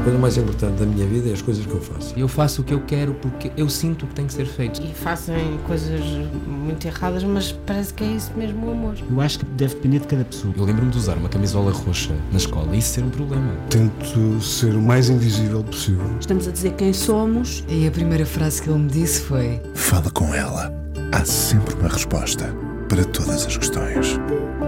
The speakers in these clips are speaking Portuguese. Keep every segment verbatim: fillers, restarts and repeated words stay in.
coisa mais importante da minha vida é as coisas que eu faço. Eu faço o que eu quero porque eu sinto que tem que ser feito. E fazem coisas muito erradas, mas parece que é isso mesmo o amor. Eu acho que deve depender de cada pessoa. Eu lembro-me de usar uma camisola roxa na escola e isso ser um problema. Tento ser o mais invisível possível. Estamos a dizer quem somos. E a primeira frase que ele me disse foi: fala com ela. Há sempre uma resposta para todas as questões.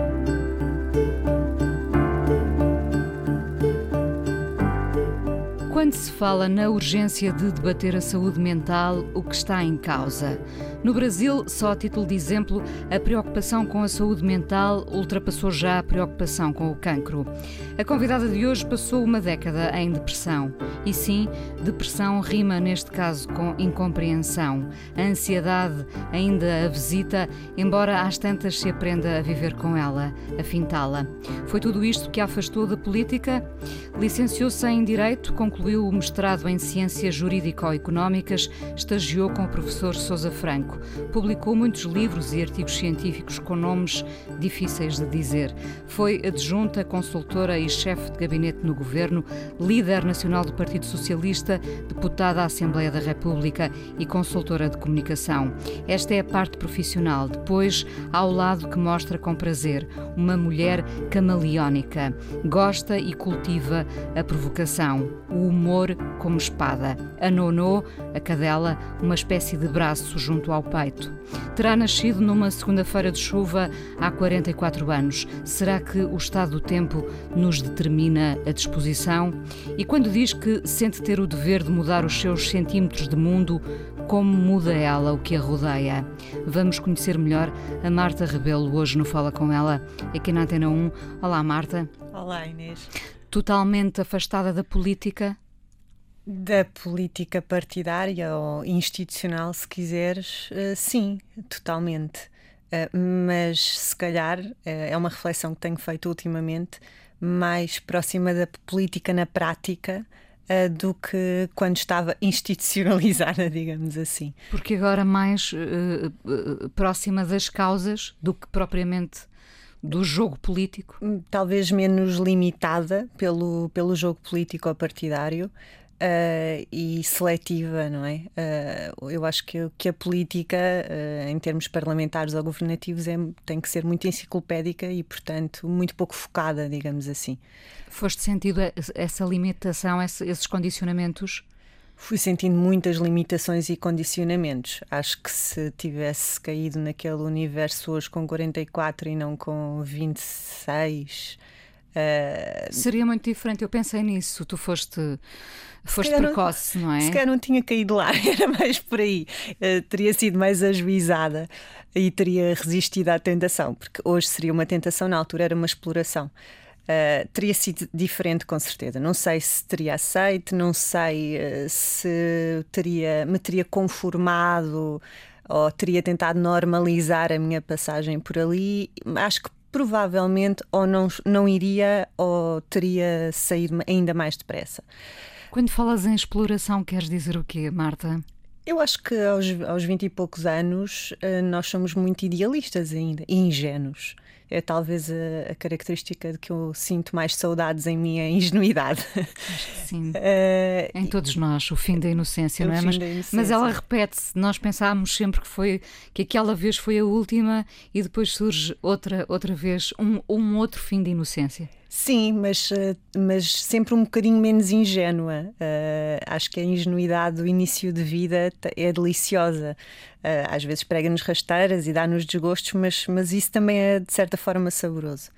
Quando se fala na urgência de debater a saúde mental, o que está em causa? No Brasil, só a título de exemplo, a preocupação com a saúde mental ultrapassou já a preocupação com o cancro. A convidada de hoje passou uma década em depressão. E sim, depressão rima neste caso com incompreensão. A ansiedade ainda a visita, embora às tantas se aprenda a viver com ela, a fintá-la. Foi tudo isto que a afastou da política? Licenciou-se em Direito, concluiu o mestrado em Ciências Jurídico-Económicas, estagiou com o professor Sousa Franco. Publicou muitos livros e artigos científicos com nomes difíceis de dizer. Foi adjunta, consultora e chefe de gabinete no governo, líder nacional do Partido Socialista, deputada à Assembleia da República e consultora de comunicação. Esta é a parte profissional. Depois, há o lado que mostra com prazer, uma mulher camaleónica. Gosta e cultiva a provocação, o humor como espada. A nonô, a cadela, uma espécie de braço junto ao peito. Terá nascido numa segunda-feira de chuva há quarenta e quatro anos. Será que o estado do tempo nos determina a disposição? E quando diz que sente ter o dever de mudar os seus centímetros de mundo, como muda ela o que a rodeia? Vamos conhecer melhor a Marta Rebelo hoje no Fala Com Ela, aqui na Antena um. Olá, Marta. Olá, Inês. Totalmente afastada da política? Da política partidária ou institucional, se quiseres, uh, sim, totalmente. Uh, mas, se calhar, uh, é uma reflexão que tenho feito ultimamente, mais próxima da política na prática uh, do que quando estava institucionalizada, digamos assim. Porque agora mais uh, uh, próxima das causas do que propriamente do jogo político? Talvez menos limitada pelo, pelo jogo político ou partidário. Uh, e seletiva, não é? Uh, eu acho que, que a política, uh, em termos parlamentares ou governativos, é, tem que ser muito enciclopédica e, portanto, muito pouco focada, digamos assim. Foste sentindo essa limitação, esses condicionamentos? Fui sentindo muitas limitações e condicionamentos. Acho que se tivesse caído naquele universo hoje com quarenta e quatro e não com vinte e seis... Uh, seria muito diferente. Eu pensei nisso. Tu foste, foste precoce, não, não é? Se calhar não tinha caído lá, era mais por aí. Uh, teria sido mais ajuizada e teria resistido à tentação, porque hoje seria uma tentação, na altura era uma exploração. Uh, teria sido diferente, com certeza. Não sei se teria aceito, não sei uh, se teria, me teria conformado ou teria tentado normalizar a minha passagem por ali. Acho que provavelmente ou não, não iria ou teria saído ainda mais depressa. Quando falas em exploração, queres dizer o quê, Marta? Eu acho que aos, aos vinte e poucos anos nós somos muito idealistas ainda, e ingênuos. É talvez a, a característica de que eu sinto mais saudades em mim, a ingenuidade. Acho que sim. Uh, em todos nós, o fim da inocência, não é? Mas, inocência. mas ela repete-se. Nós pensámos sempre que, foi, que aquela vez foi a última e depois surge outra, outra vez um, um outro fim de inocência. Sim, mas, mas sempre um bocadinho menos ingênua. Uh, acho que a ingenuidade do início de vida é deliciosa. Uh, às vezes prega-nos rasteiras e dá-nos desgostos, mas, mas isso também é de certa forma saboroso.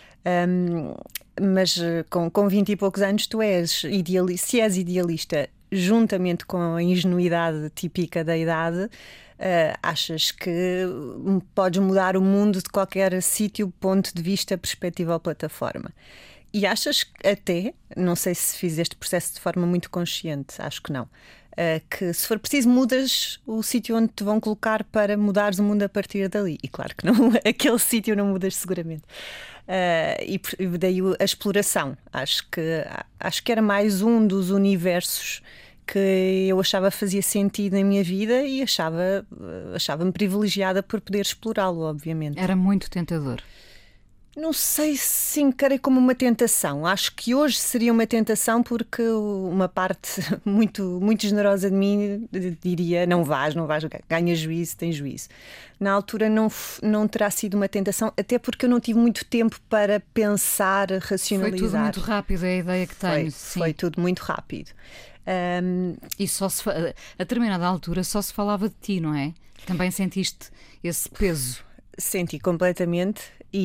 Um, mas com, com vinte e poucos anos tu és idealista, se és idealista juntamente com a ingenuidade típica da idade, Uh, achas que podes mudar o mundo de qualquer sítio, ponto de vista, perspectiva ou plataforma. E achas até, não sei se fiz este processo de forma muito consciente, acho que não, uh, que se for preciso mudas o sítio onde te vão colocar para mudares o mundo a partir dali. E claro que não, aquele sítio não mudas seguramente. Uh, e, e daí a exploração. Acho que, acho que era mais um dos universos que eu achava fazia sentido na minha vida e achava, achava-me privilegiada por poder explorá-lo, obviamente. Era muito tentador. Não sei se encarei como uma tentação. Acho que hoje seria uma tentação porque uma parte muito, muito generosa de mim diria não vais, não vais, ganha juízo, tem juízo. Na altura não, não terá sido uma tentação, até porque eu não tive muito tempo para pensar, racionalizar. Foi tudo muito rápido, é a ideia que tenho. Foi, sim. foi tudo muito rápido. Um... E só se, a determinada altura só se falava de ti, não é? Também sentiste esse peso? Senti completamente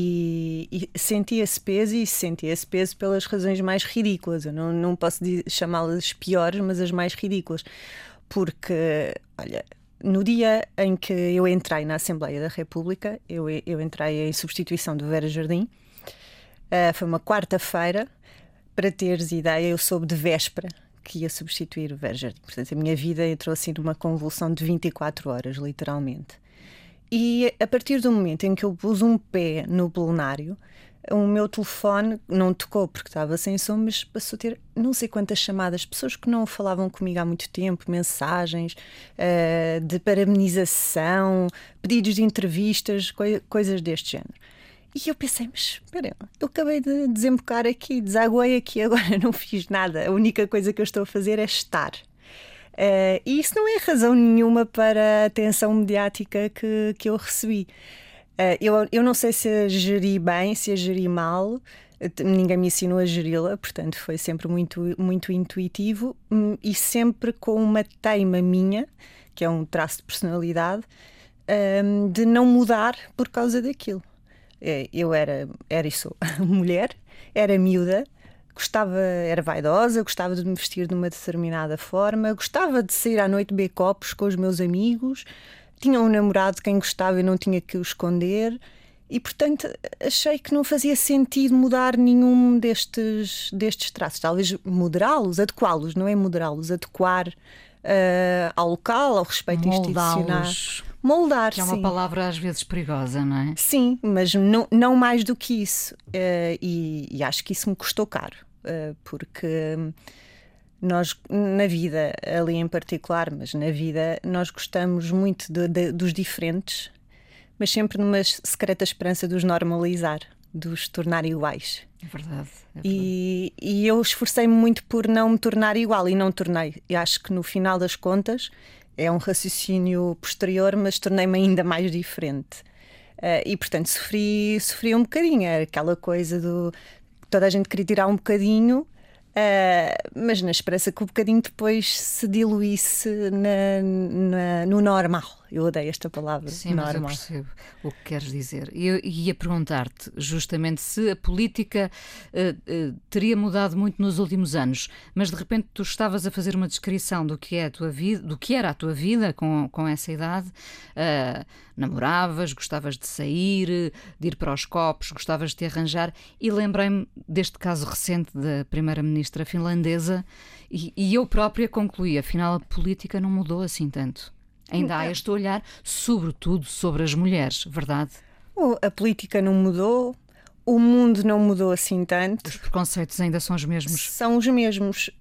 e, e senti esse peso e senti esse peso pelas razões mais ridículas. Eu não, não posso chamá-las piores, mas as mais ridículas. Porque, olha, no dia em que eu entrei na Assembleia da República, eu, eu entrei em substituição do Vera Jardim, uh, foi uma quarta-feira, para teres ideia, eu soube de véspera que ia substituir o Vera Jardim. Portanto, a minha vida entrou assim numa convulsão de vinte e quatro horas, literalmente. E a partir do momento em que eu pus um pé no plenário, o meu telefone não tocou porque estava sem som, mas passou a ter não sei quantas chamadas, pessoas que não falavam comigo há muito tempo, mensagens uh, de parabenização, pedidos de entrevistas, coi- coisas deste género. E eu pensei, mas espera, eu acabei de desembocar aqui, desaguei aqui, agora não fiz nada, a única coisa que eu estou a fazer é estar. Uh, e isso não é razão nenhuma para a atenção mediática que, que eu recebi. Uh, eu, eu não sei se a geri bem, se a geri mal, ninguém me ensinou a geri-la, portanto foi sempre muito, muito intuitivo e sempre com uma teima minha, que é um traço de personalidade, um, de não mudar por causa daquilo. Eu era, era e sou mulher, era miúda, gostava, era vaidosa, gostava de me vestir de uma determinada forma, gostava de sair à noite beber copos com os meus amigos, tinha um namorado de quem gostava e não tinha que o esconder e, portanto, achei que não fazia sentido mudar nenhum destes, destes traços. Talvez moderá-los, adequá-los, não é moderá-los, adequar uh, ao local, ao respeito institucional. Moldar, que é sim. uma palavra às vezes perigosa, não é? Sim, mas não, não mais do que isso. Uh, e, e acho que isso me custou caro. Uh, porque nós, na vida, ali em particular, mas na vida, nós gostamos muito de, de, dos diferentes, mas sempre numa secreta esperança de os normalizar, de os tornar iguais. É verdade. É verdade. E, e eu esforcei-me muito por não me tornar igual e não tornei. E acho que no final das contas é um raciocínio posterior, mas tornei-me ainda mais diferente. Uh, e portanto sofri, sofri um bocadinho, era aquela coisa do toda a gente queria tirar um bocadinho, uh, mas na esperança que o bocadinho depois se diluísse na, na, no normal. Eu odeio esta palavra. Sim, normal. Mas eu percebo o que queres dizer. Eu ia perguntar-te justamente se a política uh, uh, teria mudado muito nos últimos anos, mas de repente tu estavas a fazer uma descrição do que, é a tua vida, do que era a tua vida com, com essa idade. Uh, namoravas, gostavas de sair, de ir para os copos, gostavas de te arranjar, e lembrei-me deste caso recente da primeira-ministra finlandesa e, e eu própria concluí, afinal a política não mudou assim tanto. Ainda há este olhar, sobretudo sobre as mulheres, verdade? A política não mudou, o mundo não mudou assim tanto. Os preconceitos ainda são os mesmos? São os mesmos.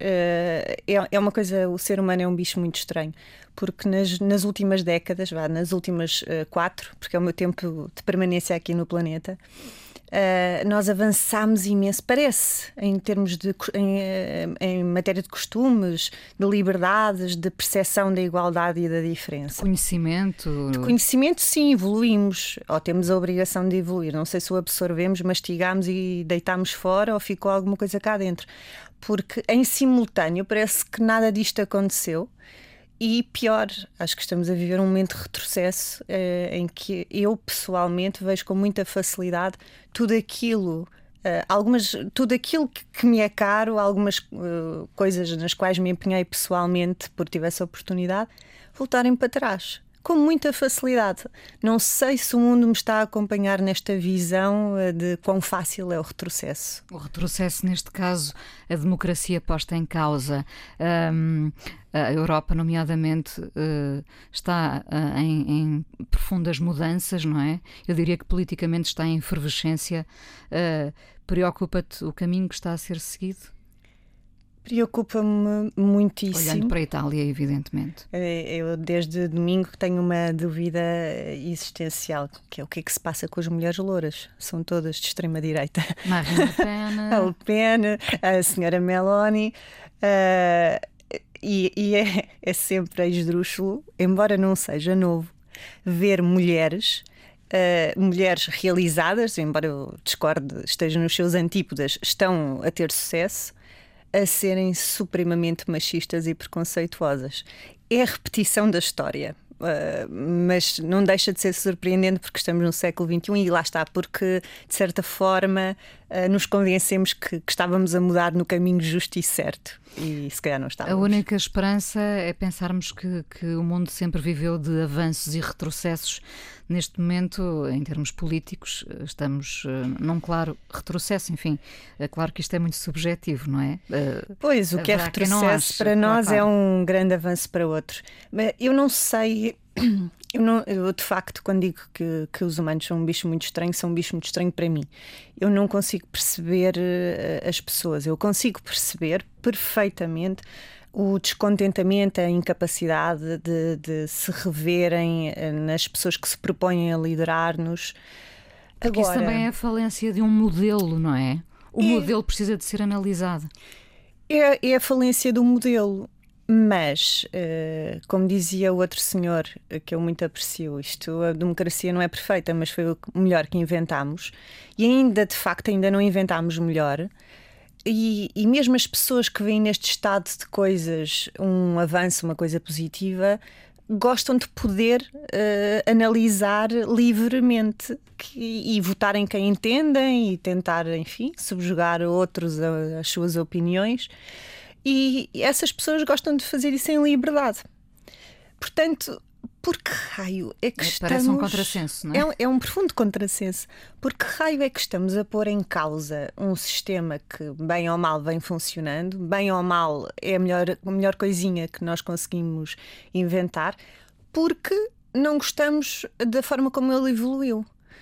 É uma coisa, o ser humano é um bicho muito estranho, porque nas, nas últimas décadas, nas últimas quatro, porque é o meu tempo de permanência aqui no planeta, Uh, nós avançámos imenso, parece, em termos de em, em matéria de costumes, de liberdades, de percepção da igualdade e da diferença. Conhecimento. De conhecimento, sim, evoluímos, ou temos a obrigação de evoluir. Não sei se o absorvemos, mastigamos e deitámos fora ou ficou alguma coisa cá dentro. Porque em simultâneo parece que nada disto aconteceu. E pior, acho que estamos a viver um momento de retrocesso eh, em que eu pessoalmente vejo com muita facilidade tudo aquilo, eh, algumas, tudo aquilo que, que me é caro, algumas uh, coisas nas quais me empenhei pessoalmente por ter essa oportunidade, voltarem para trás. Com muita facilidade. Não sei se o mundo me está a acompanhar nesta visão de quão fácil é o retrocesso. O retrocesso, neste caso, a democracia posta em causa. Um, a Europa, nomeadamente, uh, está uh, em, em profundas mudanças, não é? Eu diria que politicamente está em efervescência. Uh, preocupa-te o caminho que está a ser seguido? Preocupa-me muitíssimo. Olhando para a Itália, evidentemente. Eu desde domingo tenho uma dúvida existencial, que é o que é que se passa com as mulheres louras. São todas de extrema-direita. Marine Le Pen. A Le Pen, a senhora Meloni. Uh, e e é, é sempre esdrúxulo, embora não seja novo, ver mulheres... Uh, mulheres realizadas, embora eu discorde, esteja nos seus antípodas, estão a ter sucesso, a serem supremamente machistas e preconceituosas. É a repetição da história, uh, mas não deixa de ser surpreendente porque estamos no século vinte e um e lá está, porque de certa forma uh, nos convencemos que, que estávamos a mudar no caminho justo e certo e se calhar não estávamos. A única esperança é pensarmos que, que o mundo sempre viveu de avanços e retrocessos. Neste momento, em termos políticos, estamos num claro retrocesso. Enfim, é claro que isto é muito subjetivo, não é? Pois, o que é retrocesso para nós é um grande avanço para outros. Mas eu não sei, eu, não, eu de facto, quando digo que, que os humanos são um bicho muito estranho, são um bicho muito estranho para mim. Eu não consigo perceber as pessoas, eu consigo perceber perfeitamente o descontentamento, a incapacidade de, de se reverem nas pessoas que se propõem a liderar-nos. Porque Agora, isso também é a falência de um modelo, não é? O é, modelo precisa de ser analisado. É, é a falência do modelo, mas, uh, como dizia o outro senhor, que eu muito aprecio, isto, a democracia não é perfeita, mas foi o melhor que inventámos, e ainda, de facto, ainda não inventámos melhor. E, e mesmo as pessoas que veem neste estado de coisas um avanço, uma coisa positiva, gostam de poder uh, analisar livremente que, e votar em quem entendem e tentar, enfim, subjugar outros a, as suas opiniões. E essas pessoas gostam de fazer isso em liberdade. Portanto, por que raio é que estamos... Parece um contrassenso, não é? É um, é um profundo contrassenso. Por que raio é que estamos a pôr em causa um sistema que, bem ou mal, vem funcionando, bem ou mal é a melhor, a melhor coisinha que nós conseguimos inventar, porque não gostamos da forma como ele evoluiu.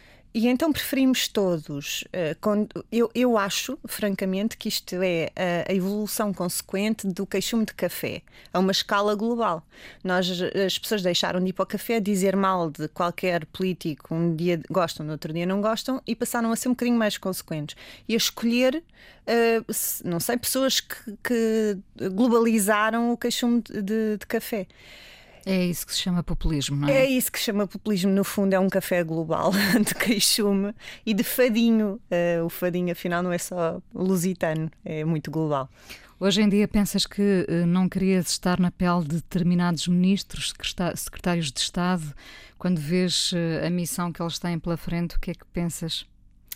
E então preferimos todos, uh, com, eu, eu acho, francamente, que isto é a, a evolução consequente do queixume de café, a uma escala global. Nós, as pessoas deixaram de ir para o café, dizer mal de qualquer político, um dia gostam, no outro dia não gostam, e passaram a ser um bocadinho mais consequentes. E a escolher, uh, não sei, pessoas que, que globalizaram o queixume de, de, de café. É isso que se chama populismo, não é? É isso que se chama populismo. No fundo é um café global de queixume e de fadinho. Uh, o fadinho afinal não é só lusitano, é muito global. Hoje em dia pensas que uh, não querias estar na pele de determinados ministros, secretários de Estado, quando vês uh, a missão que eles têm pela frente, o que é que pensas?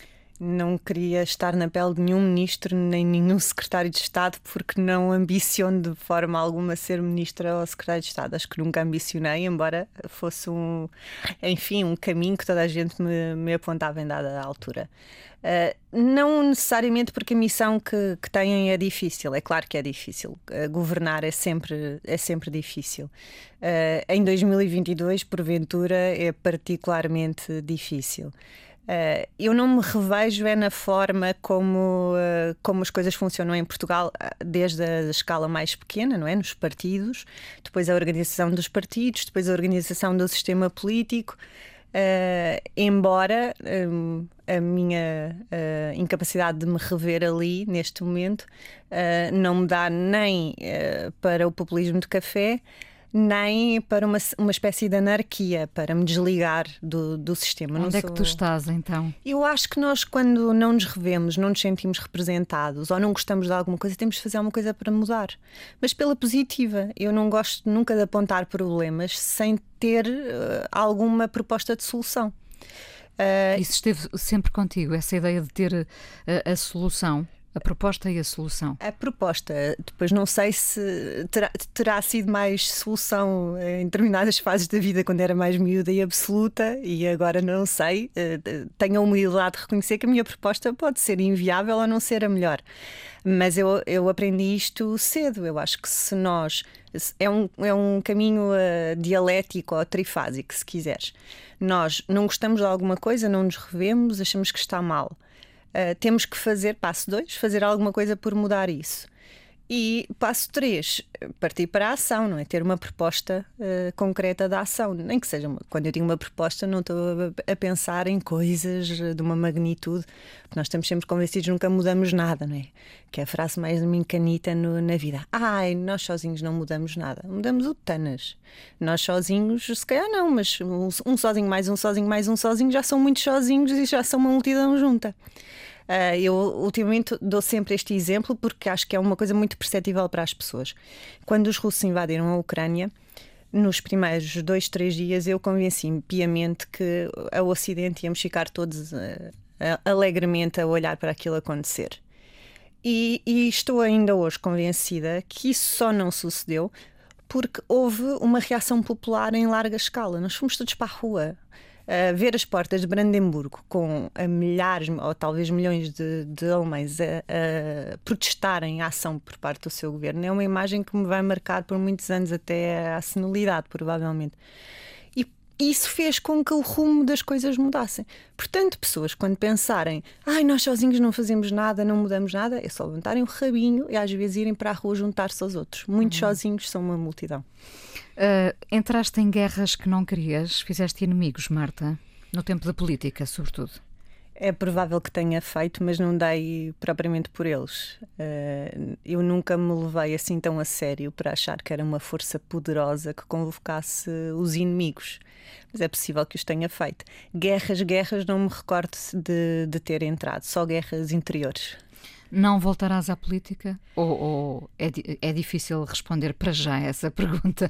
Não queria estar na pele de nenhum ministro nem nenhum secretário de Estado porque não ambiciono de forma alguma ser ministra ou secretário de Estado. Acho que nunca ambicionei, embora fosse um, enfim, um caminho que toda a gente me, me apontava em dada altura. Uh, não necessariamente porque a missão que, que têm é difícil. É claro que é difícil. Uh, governar é sempre, é sempre difícil. Uh, em dois mil e vinte e dois, porventura, é particularmente difícil. Uh, eu não me revejo é na forma como, uh, como as coisas funcionam em Portugal, desde a escala mais pequena, não é? Nos partidos, depois a organização dos partidos, depois a organização do sistema político, uh, embora um, a minha uh, incapacidade de me rever ali, neste momento, uh, não me dá nem uh, para o populismo de café, nem para uma, uma espécie de anarquia, para me desligar do, do sistema. Onde não é sou... que tu estás, então? Eu acho que nós, quando não nos revemos, não nos sentimos representados ou não gostamos de alguma coisa, temos de fazer alguma coisa para mudar. Mas pela positiva. Eu não gosto nunca de apontar problemas sem ter uh, alguma proposta de solução. Uh... Isso esteve sempre contigo, essa ideia de ter uh, a solução? A proposta e a solução? A proposta, depois não sei se terá, terá sido mais solução em determinadas fases da vida, quando era mais miúda e absoluta, e agora não sei. Tenho a humildade de reconhecer que a minha proposta pode ser inviável ou não ser a melhor. Mas eu, eu aprendi isto cedo. Eu acho que se nós... É um, é um caminho uh, dialético ou trifásico, se quiseres. Nós não gostamos de alguma coisa, não nos revemos, achamos que está mal. Uh, temos que fazer, passo dois, fazer alguma coisa por mudar isso. E passo três, partir para a ação, não é? Ter uma proposta uh, concreta da ação. Nem que seja, uma, quando eu digo uma proposta, não estou a, a pensar em coisas de uma magnitude, porque nós estamos sempre convencidos que nunca mudamos nada, não é? Que é a frase mais mencanita no, na vida. Ai, nós sozinhos não mudamos nada. Mudamos o tanas. Nós sozinhos, se calhar não, mas um, um sozinho mais um sozinho mais um sozinho já são muitos sozinhos e já são uma multidão junta. Uh, eu ultimamente dou sempre este exemplo porque acho que é uma coisa muito perceptível para as pessoas. Quando os russos invadiram a Ucrânia, nos primeiros dois, três dias eu convenci-me piamente que o Ocidente íamos ficar todos uh, uh, alegremente a olhar para aquilo acontecer. E, e estou ainda hoje convencida que isso só não sucedeu porque houve uma reação popular em larga escala. Nós fomos todos para a rua. Uh, ver as portas de Brandemburgo com a milhares ou talvez milhões de, de alemães a, a protestarem a ação por parte do seu governo é uma imagem que me vai marcar por muitos anos até à senilidade, provavelmente. E isso fez com que o rumo das coisas mudassem. Portanto, pessoas quando pensarem ai, nós sozinhos não fazemos nada, não mudamos nada, é só levantarem o rabinho e às vezes irem para a rua juntar-se aos outros. Muitos uhum. sozinhos são uma multidão. Uh, entraste em guerras que não querias, fizeste inimigos, Marta, no tempo da política, sobretudo. É provável que tenha feito, mas não dei propriamente por eles. Uh, eu nunca me levei assim tão a sério para achar que era uma força poderosa que convocasse os inimigos. Mas é possível que os tenha feito. Guerras, guerras, não me recordo de, de ter entrado, só guerras interiores. Não voltarás à política? Ou, ou é, é difícil responder para já essa pergunta?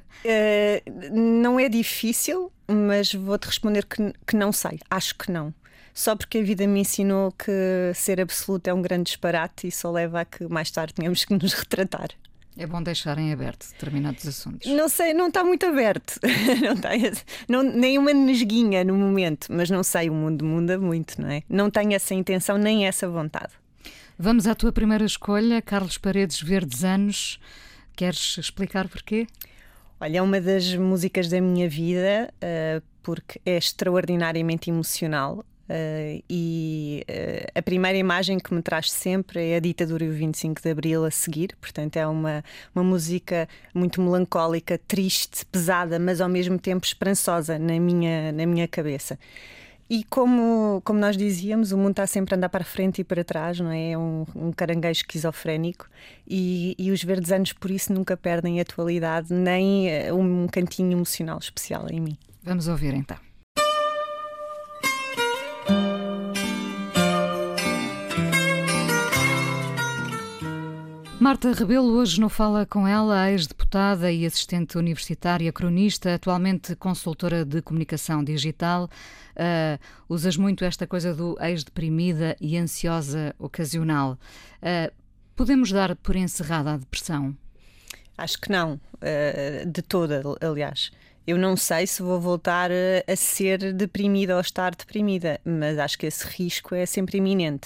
Uh, não é difícil, mas vou-te responder que, que não sei. Acho que não. Só porque a vida me ensinou que ser absoluto é um grande disparate e só leva a que mais tarde tenhamos que nos retratar. É bom deixar em aberto determinados assuntos. Não sei, não está muito aberto. Não está, não, nem uma nesguinha no momento, mas não sei, o mundo muda muito, não é? Não tenho essa intenção nem essa vontade. Vamos à tua primeira escolha, Carlos Paredes, Verdes Anos. Queres explicar porquê? Olha, é uma das músicas da minha vida, uh, porque é extraordinariamente emocional. Uh, e uh, a primeira imagem que me traz sempre é a ditadura e o vinte e cinco de Abril a seguir. Portanto, é uma, uma música muito melancólica, triste, pesada, mas ao mesmo tempo esperançosa na minha, na minha cabeça. E como, como nós dizíamos, o mundo está sempre a andar para a frente e para trás, não é? É um, um caranguejo esquizofrénico e, e os Verdes Anos por isso nunca perdem a atualidade nem um cantinho emocional especial em mim. Vamos ouvir então. Marta Rebelo, hoje no Fala Com Ela, ex-deputada e assistente universitária, cronista, atualmente consultora de comunicação digital. Uh, usas muito esta coisa do ex-deprimida e ansiosa ocasional. Uh, podemos dar por encerrada a depressão? Acho que não, uh, de toda, aliás. Eu não sei se vou voltar a, a ser deprimida ou estar deprimida, mas acho que esse risco é sempre iminente.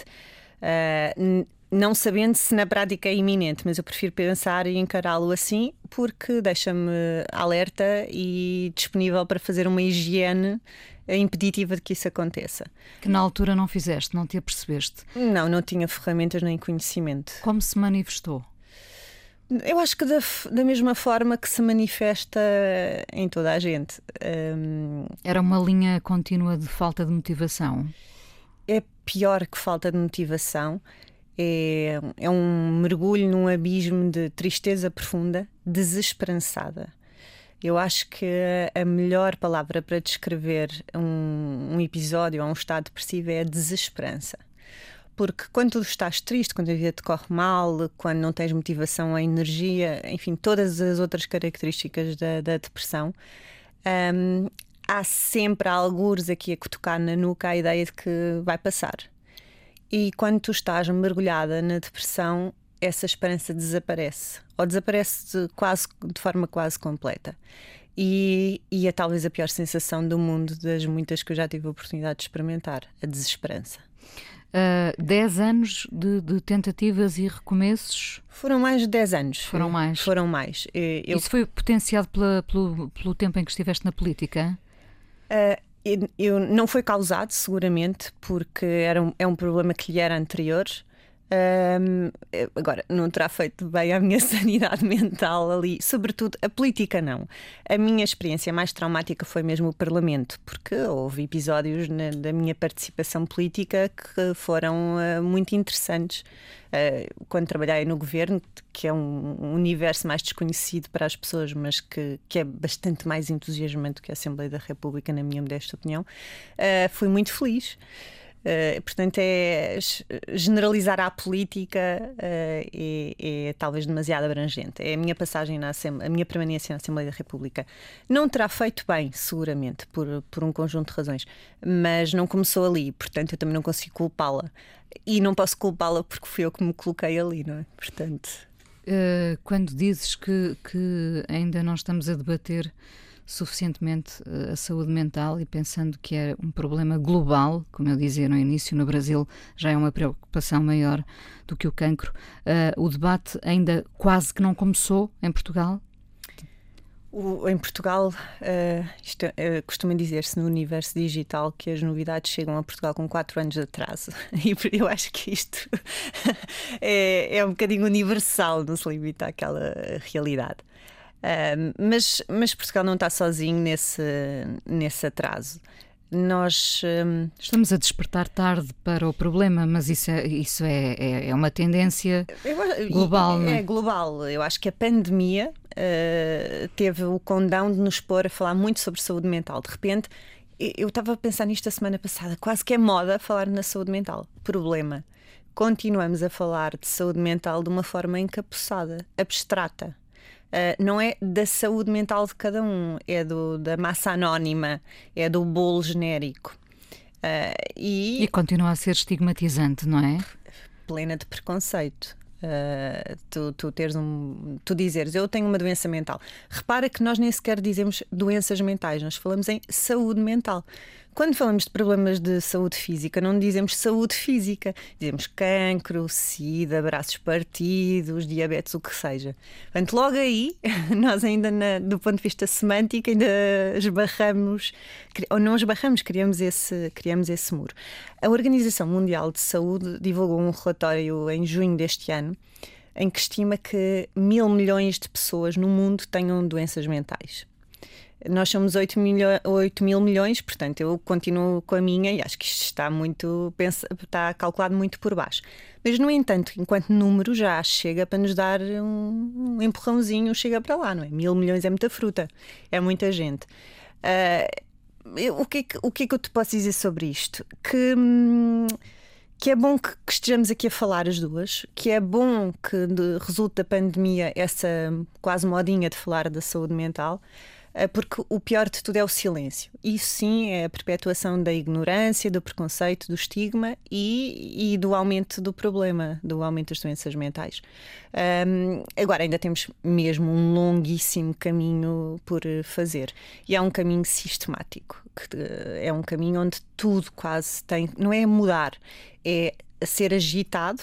Uh, Não sabendo se na prática é iminente, mas eu prefiro pensar e encará-lo assim porque deixa-me alerta e disponível para fazer uma higiene impeditiva de que isso aconteça. Que na altura não fizeste, não te apercebeste? Não, não tinha ferramentas nem conhecimento. Como se manifestou? Eu acho que da, da mesma forma que se manifesta em toda a gente. Um... Era uma linha contínua de falta de motivação? É pior que falta de motivação. É, é um mergulho num abismo de tristeza profunda, desesperançada. Eu acho que a melhor palavra para descrever um, um episódio ou um estado depressivo é a desesperança. Porque quando tu estás triste, quando a vida te corre mal, quando não tens motivação ou energia, enfim, todas as outras características da, da depressão, hum, há sempre algures aqui a cutucar na nuca a ideia de que vai passar. E quando tu estás mergulhada na depressão, essa esperança desaparece. Ou desaparece de, quase, de forma quase completa. E, e é talvez a pior sensação do mundo, das muitas que eu já tive a oportunidade de experimentar, a desesperança. Uh, dez anos de, de tentativas e recomeços? Foram mais de dez anos. Foram mais? Foram mais. Eu... Isso foi potenciado pela, pelo, pelo tempo em que estiveste na política? Uh, Eu, eu, não foi causado, seguramente, porque era um, é um problema que lhe era anterior, Um, agora, não terá feito bem à minha sanidade mental ali, sobretudo a política não. A minha experiência mais traumática foi mesmo o Parlamento, porque houve episódios na, da minha participação política que foram uh, muito interessantes. Uh, quando trabalhei no governo, que é um, um universo mais desconhecido para as pessoas, mas que, que é bastante mais entusiasmante que a Assembleia da República, na minha modesta opinião, uh, fui muito feliz. Uh, portanto, é generalizar a política uh, é, é talvez demasiado abrangente. É a minha passagem na Assembleia, a minha permanência na Assembleia da República. Não terá feito bem, seguramente, por, por um conjunto de razões, mas não começou ali, portanto, eu também não consigo culpá-la. E não posso culpá-la porque fui eu que me coloquei ali, não é? Portanto... Uh, quando dizes que, que ainda não estamos a debater suficientemente a saúde mental e pensando que é um problema global, como eu dizia no início, no Brasil já é uma preocupação maior do que o cancro, uh, o debate ainda quase que não começou em Portugal? O, em Portugal, uh, isto, uh, costuma dizer-se no universo digital que as novidades chegam a Portugal com quatro anos de atraso. E eu acho que isto é, é um bocadinho universal, não se limita àquela realidade. Uh, mas, mas Portugal não está sozinho nesse, nesse atraso. Nós um... estamos a despertar tarde para o problema, mas isso é, isso é, é, é uma tendência eu, global. É, não é? é global. Eu acho que a pandemia uh, teve o condão de nos pôr a falar muito sobre saúde mental. De repente, eu estava a pensar nisto a semana passada, quase que é moda falar na saúde mental. Problema: continuamos a falar de saúde mental de uma forma encapuçada, abstrata. Uh, não é da saúde mental de cada um, é do, da massa anónima, é do bolo genérico. Uh, e... e continua a ser estigmatizante, não é? Plena de preconceito. Uh, tu, tu, teres um, tu dizeres, eu tenho uma doença mental. Repara que nós nem sequer dizemos doenças mentais, nós falamos em saúde mental. Quando falamos de problemas de saúde física, não dizemos saúde física, dizemos cancro, sida, braços partidos, diabetes, o que seja. Portanto, logo aí, nós ainda, na, do ponto de vista semântico, ainda esbarramos, ou não esbarramos, criamos esse, criamos esse muro. A Organização Mundial de Saúde divulgou um relatório em junho deste ano, em que estima que mil milhões de pessoas no mundo tenham doenças mentais. Nós somos oito mil milhões, portanto eu continuo com a minha e acho que isto está muito está calculado muito por baixo. Mas, no entanto, enquanto número já chega para nos dar um, um empurrãozinho, chega para lá, não é? Mil milhões é muita fruta, é muita gente. Uh, eu, o, que é que, o que é que eu te posso dizer sobre isto? Que... Hum, que é bom que, que estejamos aqui a falar as duas, que é bom que de, resulte da pandemia essa quase modinha de falar da saúde mental, porque o pior de tudo é o silêncio. Isso sim é a perpetuação da ignorância, do preconceito, do estigma e, e do aumento do problema, do aumento das doenças mentais. Um, agora ainda temos mesmo um longuíssimo caminho por fazer e é um caminho sistemático, que é um caminho onde tudo quase tem, não é mudar, é ser agitado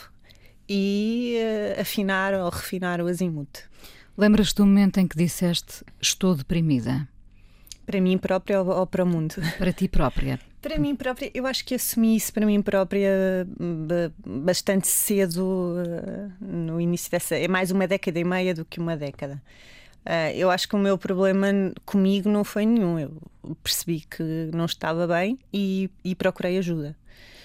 e uh, afinar ou refinar o azimuth. Lembras-te do momento em que disseste estou deprimida? Para mim própria ou, ou para o mundo? Para ti própria. Para mim própria, eu acho que assumi isso para mim própria bastante cedo, no início dessa, é mais uma década e meia do que uma década. Eu acho que o meu problema comigo não foi nenhum, eu percebi que não estava bem e, e procurei ajuda.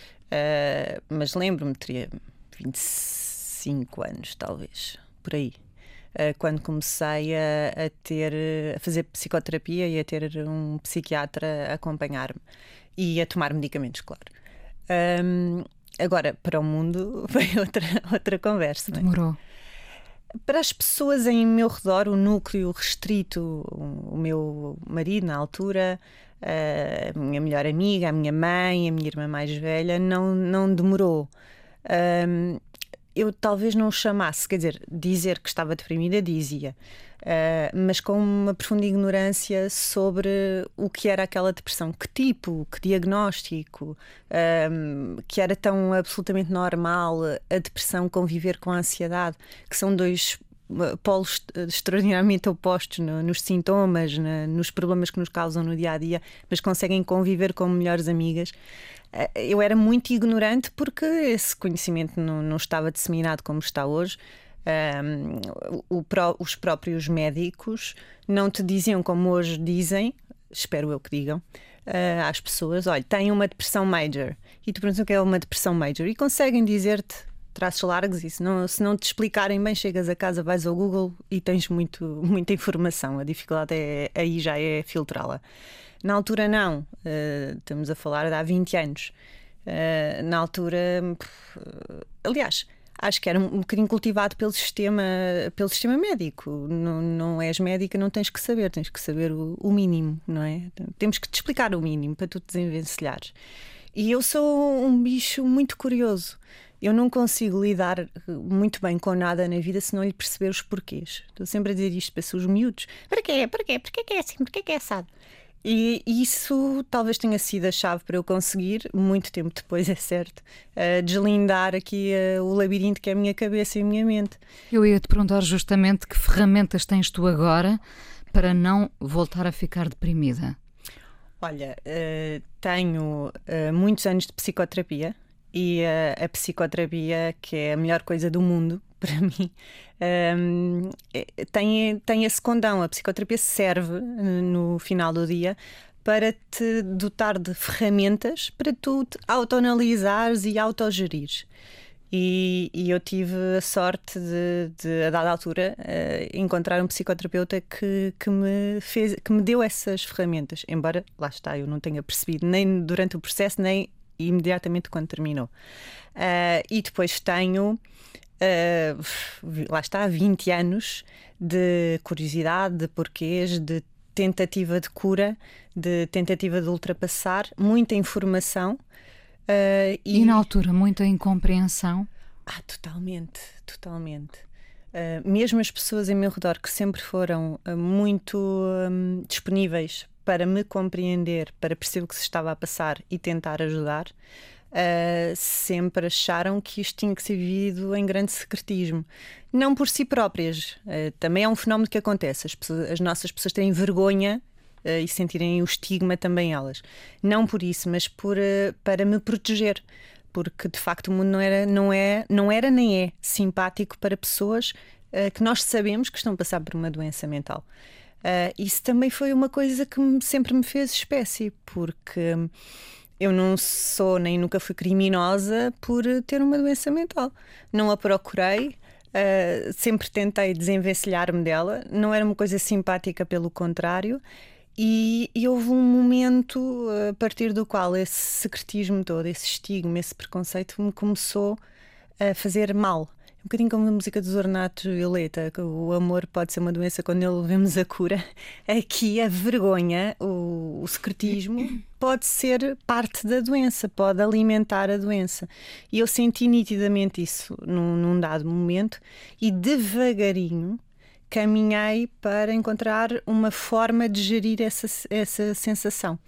Mas lembro-me, teria vinte e cinco anos talvez, por aí. Quando comecei a, a ter a fazer psicoterapia e a ter um psiquiatra a acompanhar-me e a tomar medicamentos, claro. Um, agora, para o mundo foi outra, outra conversa. Não é? Demorou. Para as pessoas em meu redor, o núcleo restrito, o meu marido na altura, a minha melhor amiga, a minha mãe, a minha irmã mais velha, não, não demorou. Um, eu talvez não o chamasse, quer dizer, dizer que estava deprimida, dizia, uh, mas com uma profunda ignorância sobre o que era aquela depressão, que tipo, que diagnóstico, um, que era tão absolutamente normal a depressão conviver com a ansiedade, que são dois polos extraordinariamente opostos no, nos sintomas, na, nos problemas que nos causam no dia a dia, mas conseguem conviver como melhores amigas. Eu era muito ignorante porque esse conhecimento não, não estava disseminado como está hoje. Um, o, o, os próprios médicos não te diziam como hoje dizem, espero eu que digam, uh, às pessoas: olha, tem uma depressão major. E tu perguntas o que é uma depressão major e conseguem dizer-te traços largos, e se não, se não te explicarem bem, chegas a casa, vais ao Google e tens muito, muita informação. A dificuldade é, aí já é filtrá-la. Na altura não, uh, estamos a falar de há vinte anos. Uh, na altura, uh, aliás, acho que era um, um bocadinho cultivado pelo sistema, pelo sistema médico. Não, não és médica, não tens que saber, tens que saber o, o mínimo, não é? Temos que te explicar o mínimo para tu te desenvencilhares. E eu sou um bicho muito curioso. Eu não consigo lidar muito bem com nada na vida se não lhe perceber os porquês. Estou sempre a dizer isto para os miúdos. Para quê? Para quê? Porquê que é assim? Porquê que é assado? E isso talvez tenha sido a chave para eu conseguir, muito tempo depois, é certo, uh, deslindar aqui uh, o labirinto que é a minha cabeça e a minha mente. Eu ia te perguntar justamente que ferramentas tens tu agora para não voltar a ficar deprimida. Olha, uh, tenho uh, muitos anos de psicoterapia. E uh, a psicoterapia, que é a melhor coisa do mundo para mim, um, tem, tem esse condão. A psicoterapia serve no final do dia para te dotar de ferramentas para tu te autoanalisares e autogerires. E, e eu tive a sorte de, de a dada altura, uh, encontrar um psicoterapeuta que, que, me fez, que me deu essas ferramentas. Embora, lá está, eu não tenha percebido nem durante o processo, nem imediatamente quando terminou. Uh, e depois tenho, uh, lá está, vinte anos de curiosidade, de porquês, de tentativa de cura, de tentativa de ultrapassar, muita informação. Uh, e... e na altura, muita incompreensão? Ah, totalmente, totalmente. Uh, mesmo as pessoas em meu redor que sempre foram uh, muito um, disponíveis para me compreender, para perceber o que se estava a passar e tentar ajudar, uh, sempre acharam que isto tinha que ser vivido em grande secretismo. Não por si próprias. Uh, também é um fenómeno que acontece. As, pessoas, as nossas pessoas têm vergonha uh, e sentirem o estigma também elas. Não por isso, mas por, uh, para me proteger. Porque, de facto, o mundo não era, não é, não era nem é simpático para pessoas uh, que nós sabemos que estão a passar por uma doença mental. Uh, isso também foi uma coisa que me, sempre me fez espécie, porque eu não sou nem nunca fui criminosa por ter uma doença mental. Não a procurei, uh, sempre tentei desenvencilhar-me dela, não era uma coisa simpática, pelo contrário, e, e houve um momento a partir do qual esse secretismo todo, esse estigma, esse preconceito me começou a fazer mal. Um bocadinho como a música dos Ornatos Violeta, que o amor pode ser uma doença quando nele vemos a cura. Aqui a vergonha, o, o secretismo, pode ser parte da doença, pode alimentar a doença. E eu senti nitidamente isso num, num dado momento e devagarinho caminhei para encontrar uma forma de gerir essa, essa sensação.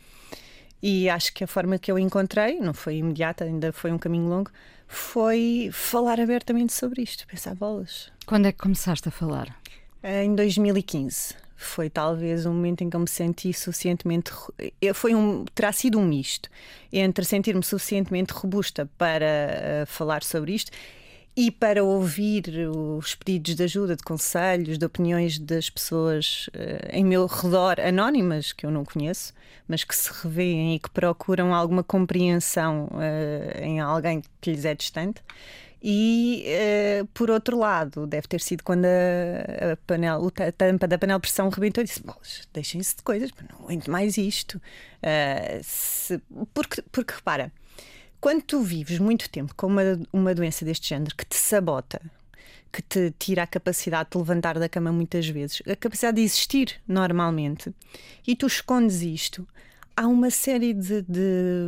E acho que a forma que eu encontrei, não foi imediata, ainda foi um caminho longo, foi falar abertamente sobre isto, pensar bolas. Quando é que começaste a falar? Em dois mil e quinze. Foi talvez um momento em que eu me senti suficientemente... Foi um, terá sido um misto entre sentir-me suficientemente robusta para uh, falar sobre isto e para ouvir os pedidos de ajuda, de conselhos, de opiniões das pessoas uh, em meu redor, anónimas, que eu não conheço, mas que se revêem e que procuram alguma compreensão uh, em alguém que lhes é distante. E, uh, por outro lado, deve ter sido quando a, a, panela, a tampa da panela de pressão rebentou e disse: deixem-se de coisas, não aguento mais isto. Uh, se, porque, porque, repara, quando tu vives muito tempo com uma, uma doença deste género que te sabota, que te tira a capacidade de levantar da cama muitas vezes, a capacidade de existir normalmente, e tu escondes isto, há uma série de, de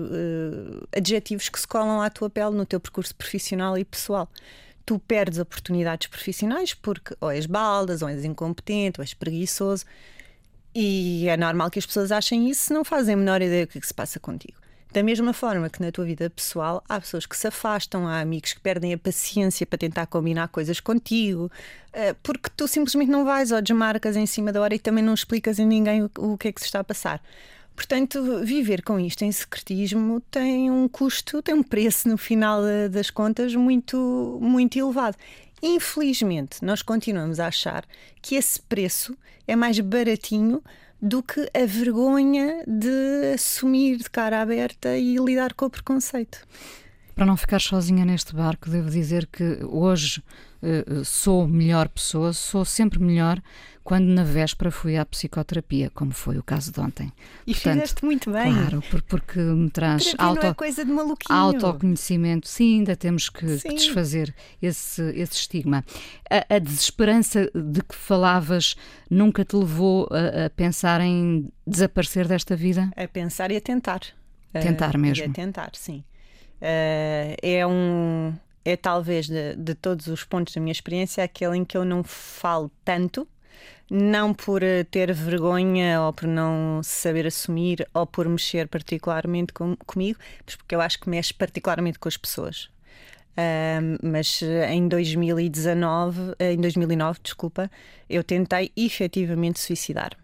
uh, adjetivos que se colam à tua pele no teu percurso profissional e pessoal. Tu perdes oportunidades profissionais porque ou és baldas, ou és incompetente, ou és preguiçoso, e é normal que as pessoas achem isso se não fazem a menor ideia do que, é que se passa contigo. Da mesma forma que na tua vida pessoal há pessoas que se afastam, há amigos que perdem a paciência para tentar combinar coisas contigo, porque tu simplesmente não vais ou desmarcas em cima da hora e também não explicas a ninguém o, o que é que se está a passar. Portanto, viver com isto em secretismo tem um custo, tem um preço no final das contas muito, muito elevado. Infelizmente, nós continuamos a achar que esse preço é mais baratinho do que a vergonha de assumir de cara aberta e lidar com o preconceito. Para não ficar sozinha neste barco, devo dizer que hoje uh, sou melhor pessoa, sou sempre melhor quando na véspera fui à psicoterapia, como foi o caso de ontem. E Portanto, fizeste muito bem. Claro, porque me traz auto, não é coisa de maluquinho. autoconhecimento. Sim, ainda temos que, que desfazer esse, esse estigma. A, a desesperança de que falavas nunca te levou a, a pensar em desaparecer desta vida? A pensar e a tentar. Tentar uh, mesmo. E a tentar, sim. Uh, é um é talvez de, de todos os pontos da minha experiência aquele em que eu não falo tanto, não por ter vergonha ou por não saber assumir ou por mexer particularmente com, comigo, mas porque eu acho que mexe particularmente com as pessoas. Uh, mas em dois mil e dezanove, em dois mil e nove, desculpa, eu tentei efetivamente suicidar-me.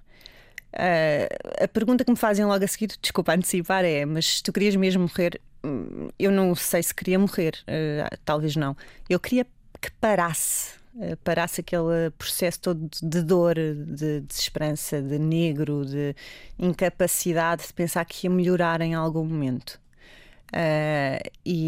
Uh, a pergunta que me fazem logo a seguir, desculpa antecipar, é: mas tu querias mesmo morrer? Eu não sei se queria morrer, uh, talvez não. Eu queria que parasse, uh, parasse aquele processo todo de dor, de desesperança, de negro, de incapacidade de pensar que ia melhorar em algum momento. Uh,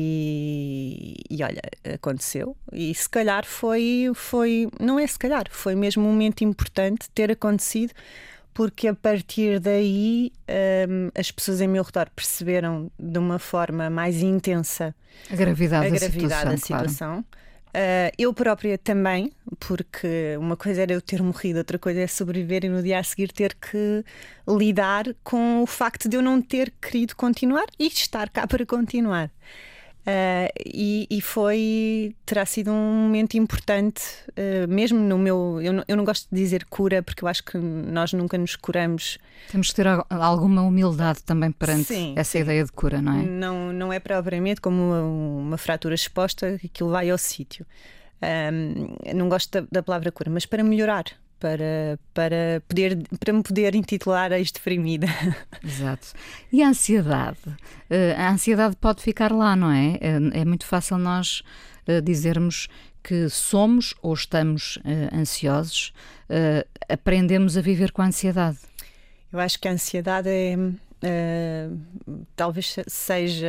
e, e olha, aconteceu. E se calhar foi, foi, não é se calhar, foi mesmo um momento importante ter acontecido, porque a partir daí um, as pessoas em meu redor perceberam de uma forma mais intensa a gravidade, a da gravidade situação. da situação. Claro. Uh, eu própria também, porque uma coisa era eu ter morrido, outra coisa é sobreviver e no dia a seguir ter que lidar com o facto de eu não ter querido continuar e estar cá para continuar. Uh, e, e foi, terá sido um momento importante, uh, mesmo no meu, eu não, eu não gosto de dizer cura, porque eu acho que nós nunca nos curamos. Temos que ter alguma humildade também perante sim, essa sim. ideia de cura, não é? Não, não é propriamente como uma, uma fratura exposta que aquilo vai ao sítio. Um, não gosto da, da palavra cura, mas para melhorar, para, para, poder, para me poder intitular ex-deprimida. Exato. E a ansiedade? A ansiedade pode ficar lá, não é? É muito fácil nós dizermos que somos ou estamos ansiosos. Aprendemos a viver com a ansiedade. Eu acho que a ansiedade é... Uh, talvez seja...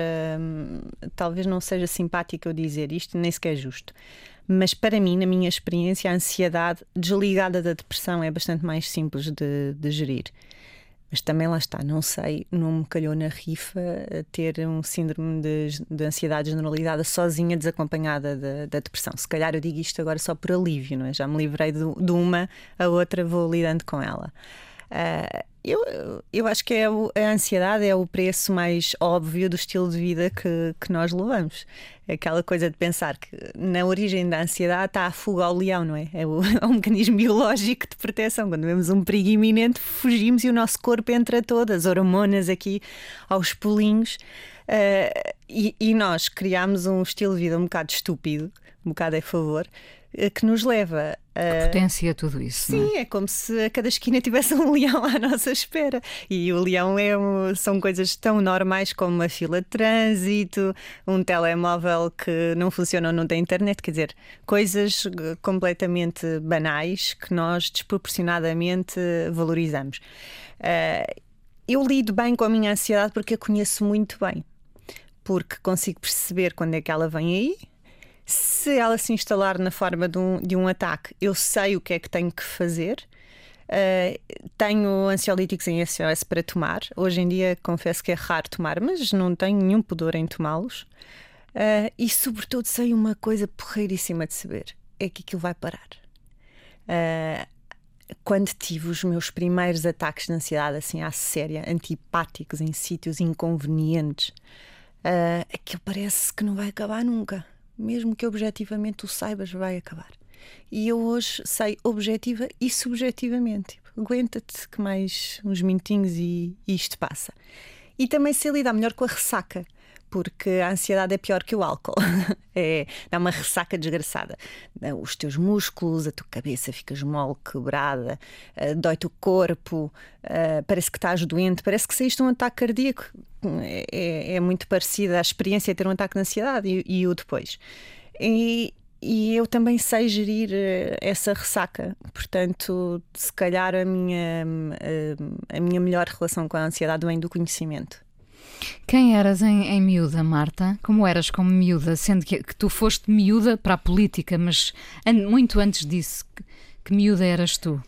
Talvez não seja simpático eu dizer isto, nem sequer é justo. Mas para mim, na minha experiência, a ansiedade desligada da depressão é bastante mais simples de, de gerir. Mas também lá está, não sei, não me calhou na rifa ter um síndrome de, de ansiedade generalizada sozinha, desacompanhada da, da depressão. Se calhar eu digo isto agora só por alívio, não é? Já me livrei de, de uma, a outra vou lidando com ela. Uh, eu, eu acho que é o, a ansiedade é o preço mais óbvio do estilo de vida que, que nós levamos. Aquela coisa de pensar que na origem da ansiedade está a fuga ao leão, não é? É, o, é um mecanismo biológico de proteção. Quando vemos um perigo iminente, fugimos e o nosso corpo entra todo, as hormonas aqui aos pulinhos. Uh, e, e nós criámos um estilo de vida um bocado estúpido, um bocado a favor, que nos leva a... Que potencia tudo isso. Sim, não é? É como se a cada esquina tivesse um leão à nossa espera. E o leão é um, são coisas tão normais como uma fila de trânsito, um telemóvel que não funciona ou não tem internet. Quer dizer, coisas completamente banais que nós desproporcionadamente valorizamos. Uh, eu lido bem com a minha ansiedade porque a conheço muito bem. Porque consigo perceber quando é que ela vem aí. Se ela se instalar na forma de um, de um ataque, eu sei o que é que tenho que fazer. Uh, tenho ansiolíticos em S O S para tomar. Hoje em dia confesso que é raro tomar, mas não tenho nenhum pudor em tomá-los. Uh, e sobretudo sei uma coisa porreiríssima de saber: é que aquilo vai parar. Uh, quando tive os meus primeiros ataques de ansiedade assim à séria, antipáticos, em sítios inconvenientes, uh, aquilo parece que não vai acabar nunca. Mesmo que objetivamente tu saibas, vai acabar. E eu hoje sei objetiva e subjetivamente. Tipo, aguenta-te que mais uns minutinhos e, e isto passa. e também sei lidar melhor com a ressaca. Porque a ansiedade é pior que o álcool. É, dá uma ressaca desgraçada. Os teus músculos, a tua cabeça ficas mole, quebrada, uh, dói-te o corpo, uh, parece que estás doente, parece que saíste de um ataque cardíaco. É, é muito parecida a experiência de ter um ataque de ansiedade e, e o depois. E, e eu também sei gerir essa ressaca. Portanto, se calhar a minha, a, a minha melhor relação com a ansiedade vem do conhecimento. Quem eras em, em miúda, Marta? Como eras como miúda? Sendo que, que tu foste miúda para a política, mas an, muito antes disso, que, que miúda eras tu?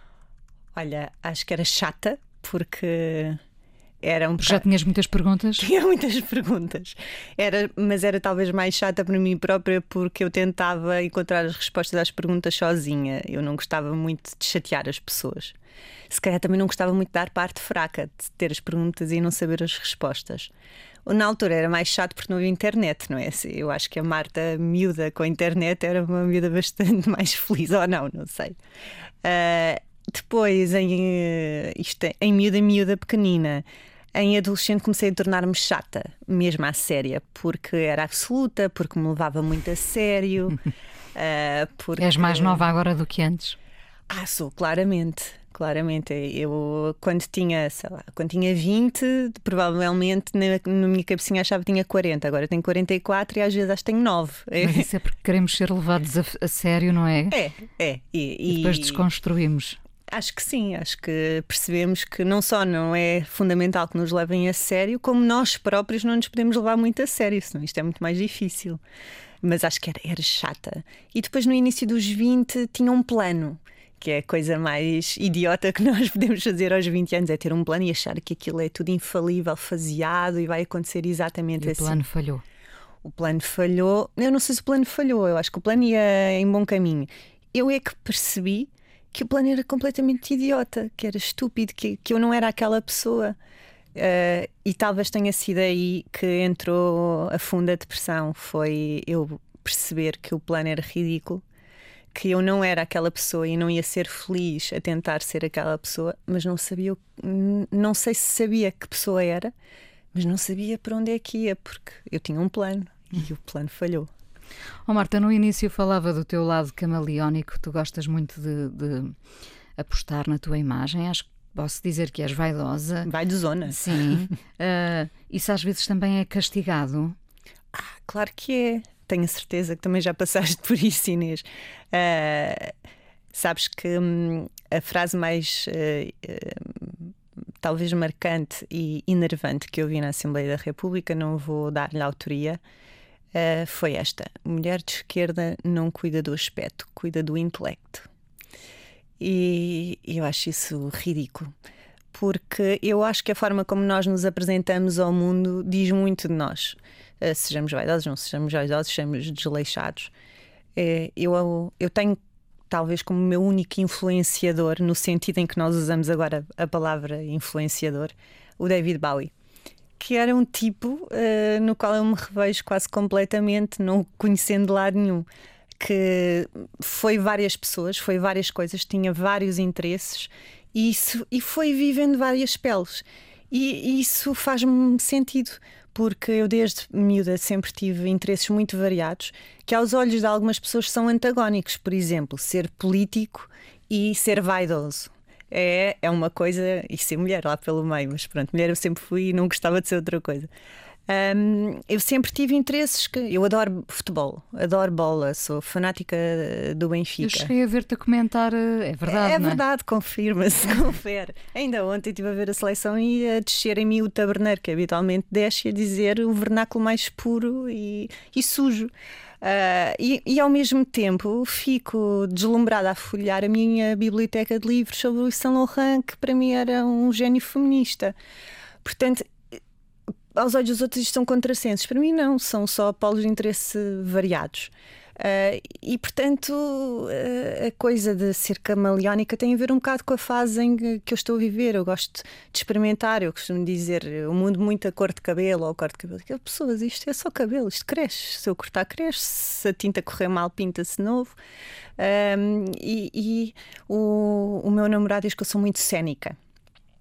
Olha, acho que era chata, porque era um Já tinhas muitas perguntas? Tinha muitas perguntas, era, mas era talvez mais chata para mim própria, porque eu tentava encontrar as respostas às perguntas sozinha. Eu não gostava muito de chatear as pessoas. Se calhar também não gostava muito de dar parte fraca, de ter as perguntas e não saber as respostas. Na altura era mais chato porque não havia internet, não é? Eu acho que a Marta miúda com a internet era uma miúda bastante mais feliz, ou não, não sei. Uh, depois, em, isto, em miúda, miúda pequenina, em adolescente comecei a tornar-me chata, mesmo à séria, porque era absoluta, porque me levava muito a sério. uh, porque... És mais nova agora do que antes? Ah, sou, claramente. Claramente, eu quando tinha, sei lá, quando tinha vinte, provavelmente na, na minha cabecinha achava que tinha quarenta, agora tenho quarenta e quatro e às vezes acho que tenho nove. Mas isso é porque queremos ser levados a, a sério, não é? É, é. E, e depois desconstruímos. Acho que sim, acho que percebemos que não só não é fundamental que nos levem a sério, como nós próprios não nos podemos levar muito a sério, senão isto é muito mais difícil. Mas acho que era, era chata. E depois no início dos vinte tinha um plano, que é a coisa mais idiota que nós podemos fazer aos vinte anos, é ter um plano e achar que aquilo é tudo infalível, faseado e vai acontecer exatamente e assim. O plano falhou. O plano falhou. Eu não sei se o plano falhou, eu acho que o plano ia em bom caminho. Eu é que percebi que o plano era completamente idiota, que era estúpido, que, que eu não era aquela pessoa. Uh, e talvez tenha sido aí que entrou a funda depressão. Foi eu perceber que o plano era ridículo, que eu não era aquela pessoa e não ia ser feliz a tentar ser aquela pessoa, mas não sabia, não sei se sabia que pessoa era, mas não sabia para onde é que ia, porque eu tinha um plano e o plano falhou. Oh Marta, no início falava do teu lado camaleónico, tu gostas muito de, de apostar na tua imagem, acho que posso dizer que és vaidosa. Vaidosona. Sim. uh, isso às vezes também é castigado? Ah, claro que é. Tenho certeza que também já passaste por isso, Inês. Uh, sabes que hum, a frase mais uh, uh, talvez marcante e enervante que eu vi na Assembleia da República, não vou dar-lhe autoria, uh, foi esta: mulher de esquerda não cuida do aspecto, cuida do intelecto. E eu acho isso ridículo, porque eu acho que a forma como nós nos apresentamos ao mundo diz muito de nós. Uh, sejamos vaidosos, não sejamos vaidosos, sejamos desleixados. Uh, eu, eu tenho, talvez, como meu único influenciador, no sentido em que nós usamos agora a palavra influenciador, o David Bowie, que era um tipo uh, no qual eu me revejo quase completamente, não conhecendo de lado nenhum. Que foi várias pessoas, foi várias coisas, tinha vários interesses e, isso, e foi vivendo várias peles. E, e isso faz-me sentido, porque eu desde miúda sempre tive interesses muito variados, que aos olhos de algumas pessoas são antagónicos. Por exemplo, ser político e ser vaidoso. É, é uma coisa, e ser mulher lá pelo meio, mas pronto, mulher eu sempre fui e não gostava de ser outra coisa. Um, eu sempre tive interesses que eu adoro futebol, adoro bola, sou fanática do Benfica. Eu cheguei a ver-te a comentar, é verdade, é, é não é? verdade, confirma-se, confere. Ainda ontem estive a ver a seleção e a descer em mim o taberneiro, que habitualmente desce, a dizer o vernáculo mais puro e, e sujo. Uh, e, e ao mesmo tempo fico deslumbrada a folhear a minha biblioteca de livros sobre o Saint Laurent, que para mim era um gênio feminista. Portanto, aos olhos dos outros isto são contrassensos, para mim não, são só polos de interesse variados. Uh, e portanto uh, a coisa de ser camaleónica tem a ver um bocado com a fase em que eu estou a viver. Eu gosto de experimentar, eu costumo dizer, eu mudo muito a cor de cabelo ou a cor de cabelo. Aquelas pessoas, isto é só cabelo, isto cresce, se eu cortar cresce, se a tinta correr mal pinta-se novo. Um, e e o, o meu namorado diz que eu sou muito cénica.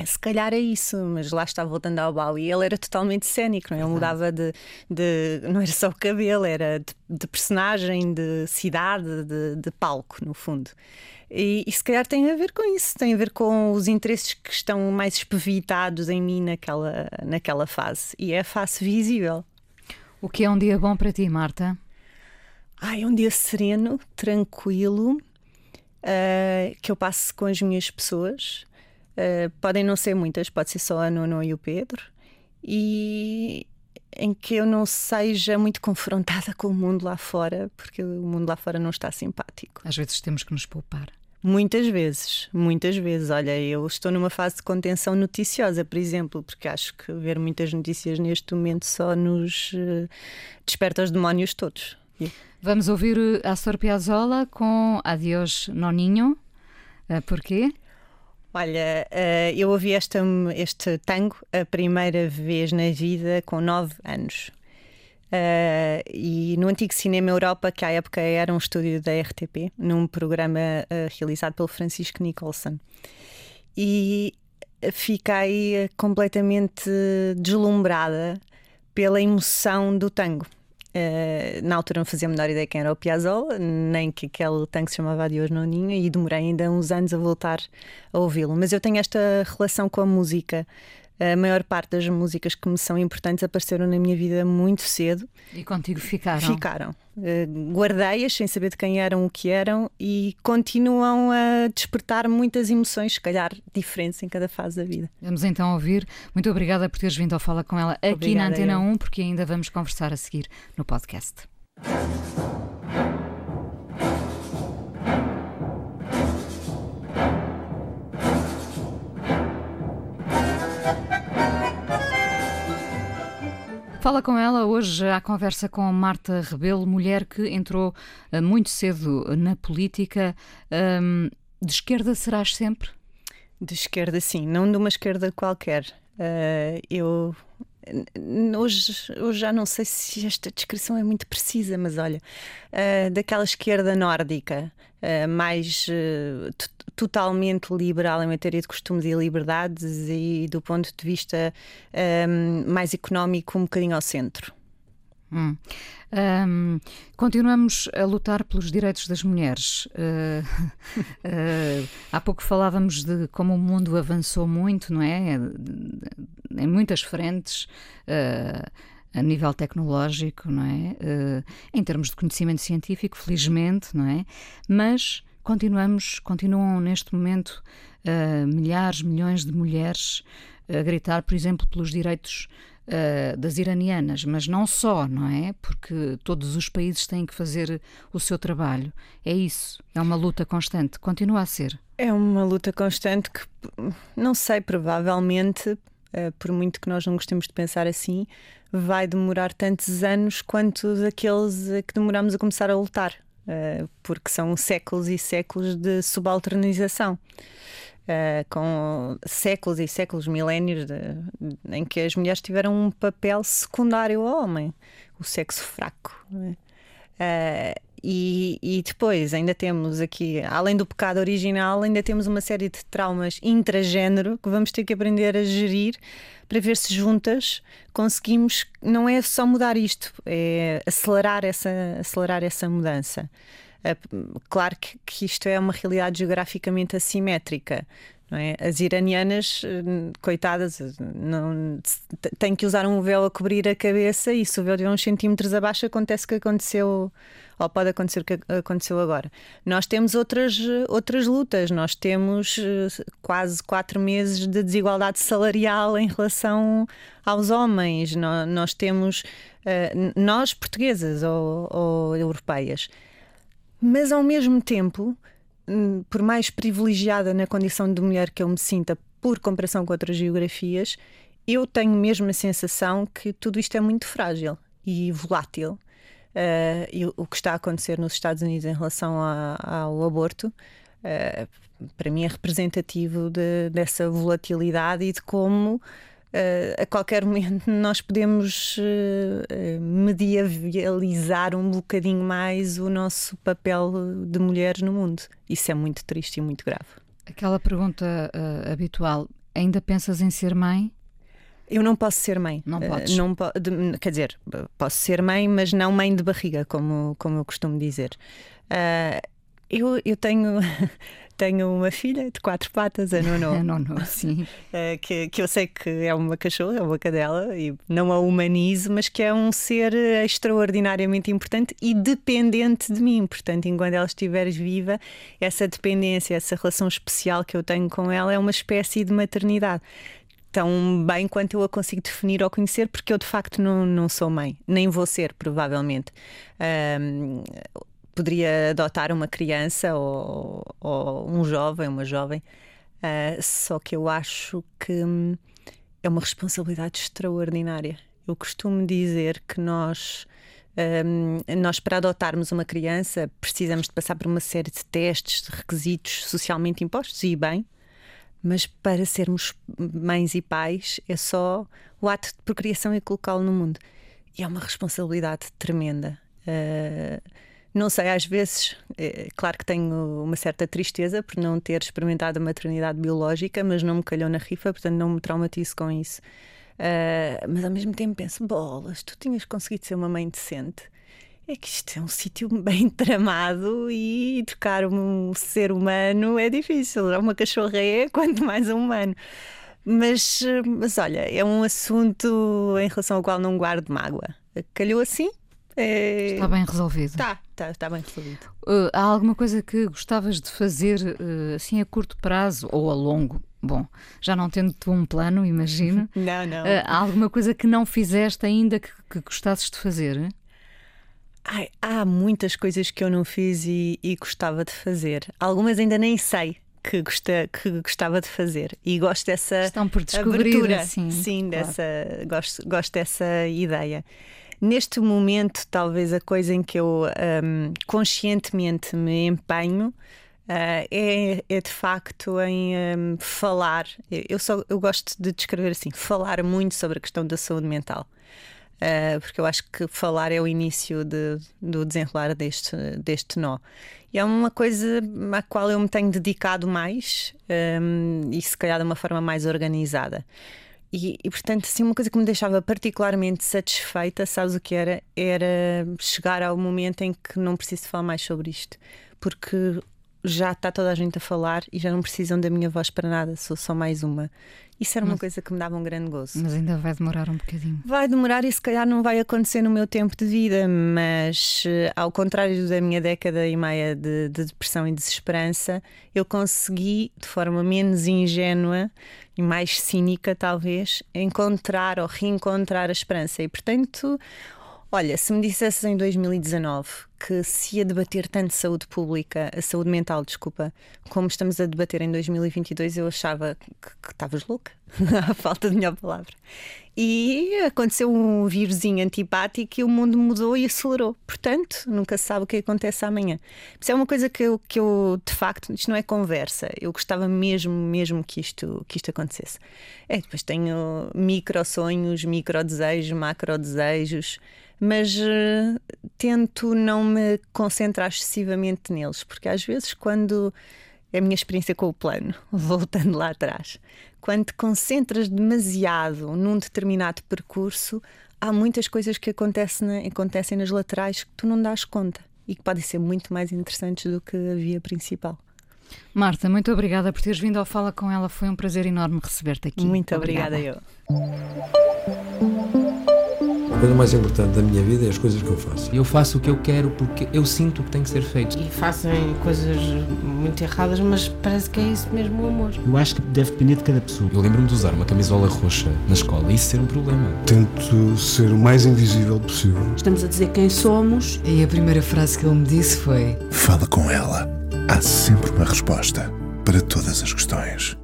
Se calhar é isso, mas lá está, voltando ao Bowie, ele era totalmente cénico, não é? Ele mudava de, de. Não era só o cabelo, era de, de personagem, de cidade, de, de palco, no fundo. E, e se calhar tem a ver com isso, tem a ver com os interesses que estão mais espevitados em mim naquela, naquela fase. E é a face visível. O que é um dia bom para ti, Marta? Ai, é um dia sereno, tranquilo, uh, que eu passo com as minhas pessoas. Uh, podem não ser muitas, pode ser só a Nuno e o Pedro, e em que eu não seja muito confrontada com o mundo lá fora, porque o mundo lá fora não está simpático. Às vezes temos que nos poupar. Muitas vezes, muitas vezes. Olha, eu estou numa fase de contenção noticiosa, por exemplo, porque acho que ver muitas notícias neste momento só nos uh, desperta os demónios todos. Yeah. Vamos ouvir Astor Piazzolla com Adiós Noninho. Uh, porquê? Olha, uh, eu ouvi esta, este tango a primeira vez na vida com nove anos. Uh, e no antigo Cinema Europa, que à época era um estúdio da R T P, num programa uh, realizado pelo Francisco Nicholson. E fiquei completamente deslumbrada pela emoção do tango. Uh, na altura não fazia a menor ideia quem era o Piazzolla, nem que aquele tango se chamava Adiós Noninho, e demorei ainda uns anos a voltar a ouvi-lo. Mas eu tenho esta relação com a música. A maior parte das músicas que me são importantes apareceram na minha vida muito cedo. E contigo ficaram? Ficaram. Uh, guardei-as sem saber de quem eram, o que eram, e continuam a despertar muitas emoções, se calhar diferentes em cada fase da vida. Vamos então ouvir. Muito obrigada por teres vindo ao Fala Com Ela aqui obrigada, na Antena um, porque ainda vamos conversar a seguir no podcast. Fala Com Ela hoje à conversa com Marta Rebelo, mulher que entrou uh, muito cedo na política. Um, de esquerda serás sempre? De esquerda, sim, não de uma esquerda qualquer. Uh, eu hoje, hoje já não sei se esta descrição é muito precisa, mas olha, uh, daquela esquerda nórdica, uh, mais uh, t- totalmente liberal em matéria de costumes e liberdades, e do ponto de vista um, mais económico, um bocadinho ao centro. Hum. Um, continuamos a lutar pelos direitos das mulheres. Uh, uh, há pouco falávamos de como o mundo avançou muito, não é? Em muitas frentes, uh, a nível tecnológico, não é? Uh, em termos de conhecimento científico, felizmente, não é? Mas continuamos, continuam neste momento uh, milhares, milhões de mulheres a gritar, por exemplo, pelos direitos Uh, das iranianas, mas não só, não é? Porque todos os países têm que fazer o seu trabalho. É isso, é uma luta constante, continua a ser. É uma luta constante que, não sei, provavelmente, uh, por muito que nós não gostemos de pensar assim, vai demorar tantos anos quanto aqueles que demoramos a começar a lutar, uh, porque são séculos e séculos de subalternização. Uh, com séculos e séculos, milénios de, de, em que as mulheres tiveram um papel secundário ao homem, o sexo fraco, não é? uh, e, e depois ainda temos aqui, além do pecado original, ainda temos uma série de traumas intragénero que vamos ter que aprender a gerir para ver se juntas conseguimos, não é só mudar isto, é acelerar essa, acelerar essa mudança. Claro que, que isto é uma realidade geograficamente assimétrica, não é? As iranianas, coitadas, não, têm que usar um véu a cobrir a cabeça, e se o véu de uns centímetros abaixo acontece o que aconteceu, ou pode acontecer o que aconteceu agora. Nós temos outras, outras lutas, nós temos quase quatro meses de desigualdade salarial em relação aos homens, nós, nós temos, nós portuguesas ou, ou europeias. Mas, ao mesmo tempo, por mais privilegiada na condição de mulher que eu me sinta por comparação com outras geografias, eu tenho mesmo a sensação que tudo isto é muito frágil e volátil. Uh, e o que está a acontecer nos Estados Unidos em relação a, ao aborto, uh, para mim é representativo de, dessa volatilidade e de como Uh, a qualquer momento nós podemos uh, medievalizar um bocadinho mais o nosso papel de mulheres no mundo. Isso é muito triste e muito grave. Aquela pergunta uh, habitual, Ainda pensas em ser mãe? Eu não posso ser mãe. Não podes? Uh, não po de, quer dizer, posso ser mãe, mas não mãe de barriga, como, como eu costumo dizer. Uh, eu, eu tenho, tenho uma filha de quatro patas, a Nono. A Nono, sim. Uh, que, que eu sei que é uma cachorra, é uma cadela, e não a humanizo, mas que é um ser extraordinariamente importante e dependente de mim. Portanto, enquanto ela estiver viva, essa dependência, essa relação especial que eu tenho com ela é uma espécie de maternidade. Tão bem quanto eu a consigo definir ou conhecer, porque eu de facto não, não sou mãe, nem vou ser, provavelmente. Um, poderia adotar uma criança ou, ou um jovem, uma jovem, uh, só que eu acho que é uma responsabilidade extraordinária. Eu costumo dizer que nós, um, nós para adotarmos uma criança, precisamos de passar por uma série de testes, de requisitos socialmente impostos, e bem, mas para sermos mães e pais é só o ato de procriação e colocá-lo no mundo. E é uma responsabilidade tremenda. Uh, não sei, às vezes, é, claro que tenho uma certa tristeza por não ter experimentado a maternidade biológica, mas não me calhou na rifa, portanto não me traumatizo com isso. Uh, mas ao mesmo tempo penso, bolas, tu tinhas conseguido ser uma mãe decente. É que isto é um sítio bem tramado e educar um ser humano é difícil. Uma cachorra é, quanto mais um humano. Mas, mas olha, é um assunto em relação ao qual não guardo mágoa. Calhou assim? É... Está bem resolvido. Está, está, está bem resolvido. Uh, há alguma coisa que gostavas de fazer uh, assim a curto prazo ou a longo? Bom, já não tendo tu um plano, imagino. Não, não. Uh, há alguma coisa que não fizeste ainda que, que gostasses de fazer? Ai, há muitas coisas que eu não fiz e, e gostava de fazer. Algumas ainda nem sei que, gosta, que gostava de fazer. E gosto dessa Estão por descobrir, abertura. Sim, sim claro. dessa, gosto, gosto dessa ideia. Neste momento, talvez a coisa em que eu um, conscientemente me empenho uh, é, é de facto em um, falar. Eu, só, eu gosto de descrever assim, falar muito sobre a questão da saúde mental. Uh, porque eu acho que falar é o início de, do desenrolar deste, deste nó. E é uma coisa à qual eu me tenho dedicado mais um, e se calhar de uma forma mais organizada. E, e portanto, assim, uma coisa que me deixava particularmente satisfeita, sabes o que era? Era chegar ao momento em que não preciso falar mais sobre isto. Porque já está toda a gente a falar e já não precisam da minha voz para nada, sou só mais uma. Isso era uma mas, coisa que me dava um grande gozo. Mas ainda vai demorar um bocadinho. Vai demorar e se calhar não vai acontecer no meu tempo de vida, mas ao contrário da minha década e meia de, de depressão e desesperança, eu consegui, de forma menos ingênua e mais cínica talvez, encontrar ou reencontrar a esperança. E portanto, olha, se me dissesses em dois mil e dezanove que se ia debater tanto saúde pública, a saúde mental, desculpa, como estamos a debater em dois mil e vinte e dois, eu achava que estavas louca, à falta de melhor palavra. E aconteceu um vírusinho antipático e o mundo mudou e acelerou. Portanto, nunca se sabe o que acontece amanhã. Isso é uma coisa que eu, que eu, de facto, isto não é conversa. Eu gostava mesmo, mesmo que isto, que isto acontecesse. É, depois tenho micro sonhos, micro desejos, macro desejos, mas uh, tento não me concentrar excessivamente neles, porque às vezes quando é a minha experiência com o plano, voltando lá atrás, quando te concentras demasiado num determinado percurso, há muitas coisas que acontecem, na, acontecem nas laterais que tu não dás conta e que podem ser muito mais interessantes do que a via principal. Marta, muito obrigada por teres vindo ao Fala Com Ela, foi um prazer enorme receber-te aqui. Muito obrigada, obrigada eu. A coisa mais importante da minha vida é as coisas que eu faço. Eu faço o que eu quero porque eu sinto que tem que ser feito. E fazem coisas muito erradas, mas parece que é isso mesmo o amor. Eu acho que deve depender de cada pessoa. Eu lembro-me de usar uma camisola roxa na escola e isso ser um problema. Tento ser o mais invisível possível. Estamos a dizer quem somos. E a primeira frase que ele me disse foi: Fala com ela. Há sempre uma resposta para todas as questões.